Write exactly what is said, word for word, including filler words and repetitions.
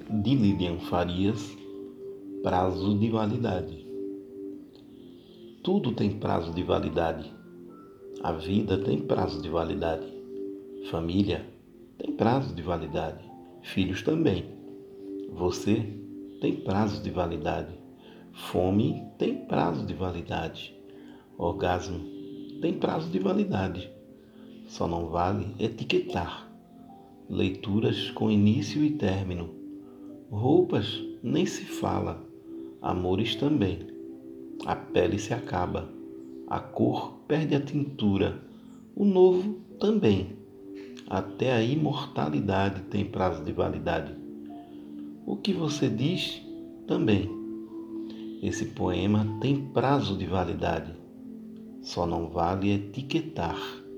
de Lilian Farias, prazo de validade. Tudo tem prazo de validade. A vida tem prazo de validade. Família tem prazo de validade. Filhos também. Você tem prazo de validade. Fome tem prazo de validade. Orgasmo tem prazo de validade. Só não vale etiquetar. Leituras com início e término. Roupas nem se fala. Amores também. A pele se acaba. A cor perde a tintura. O novo também. Até a imortalidade tem prazo de validade. O que você diz também. Esse poema tem prazo de validade. Só não vale etiquetar.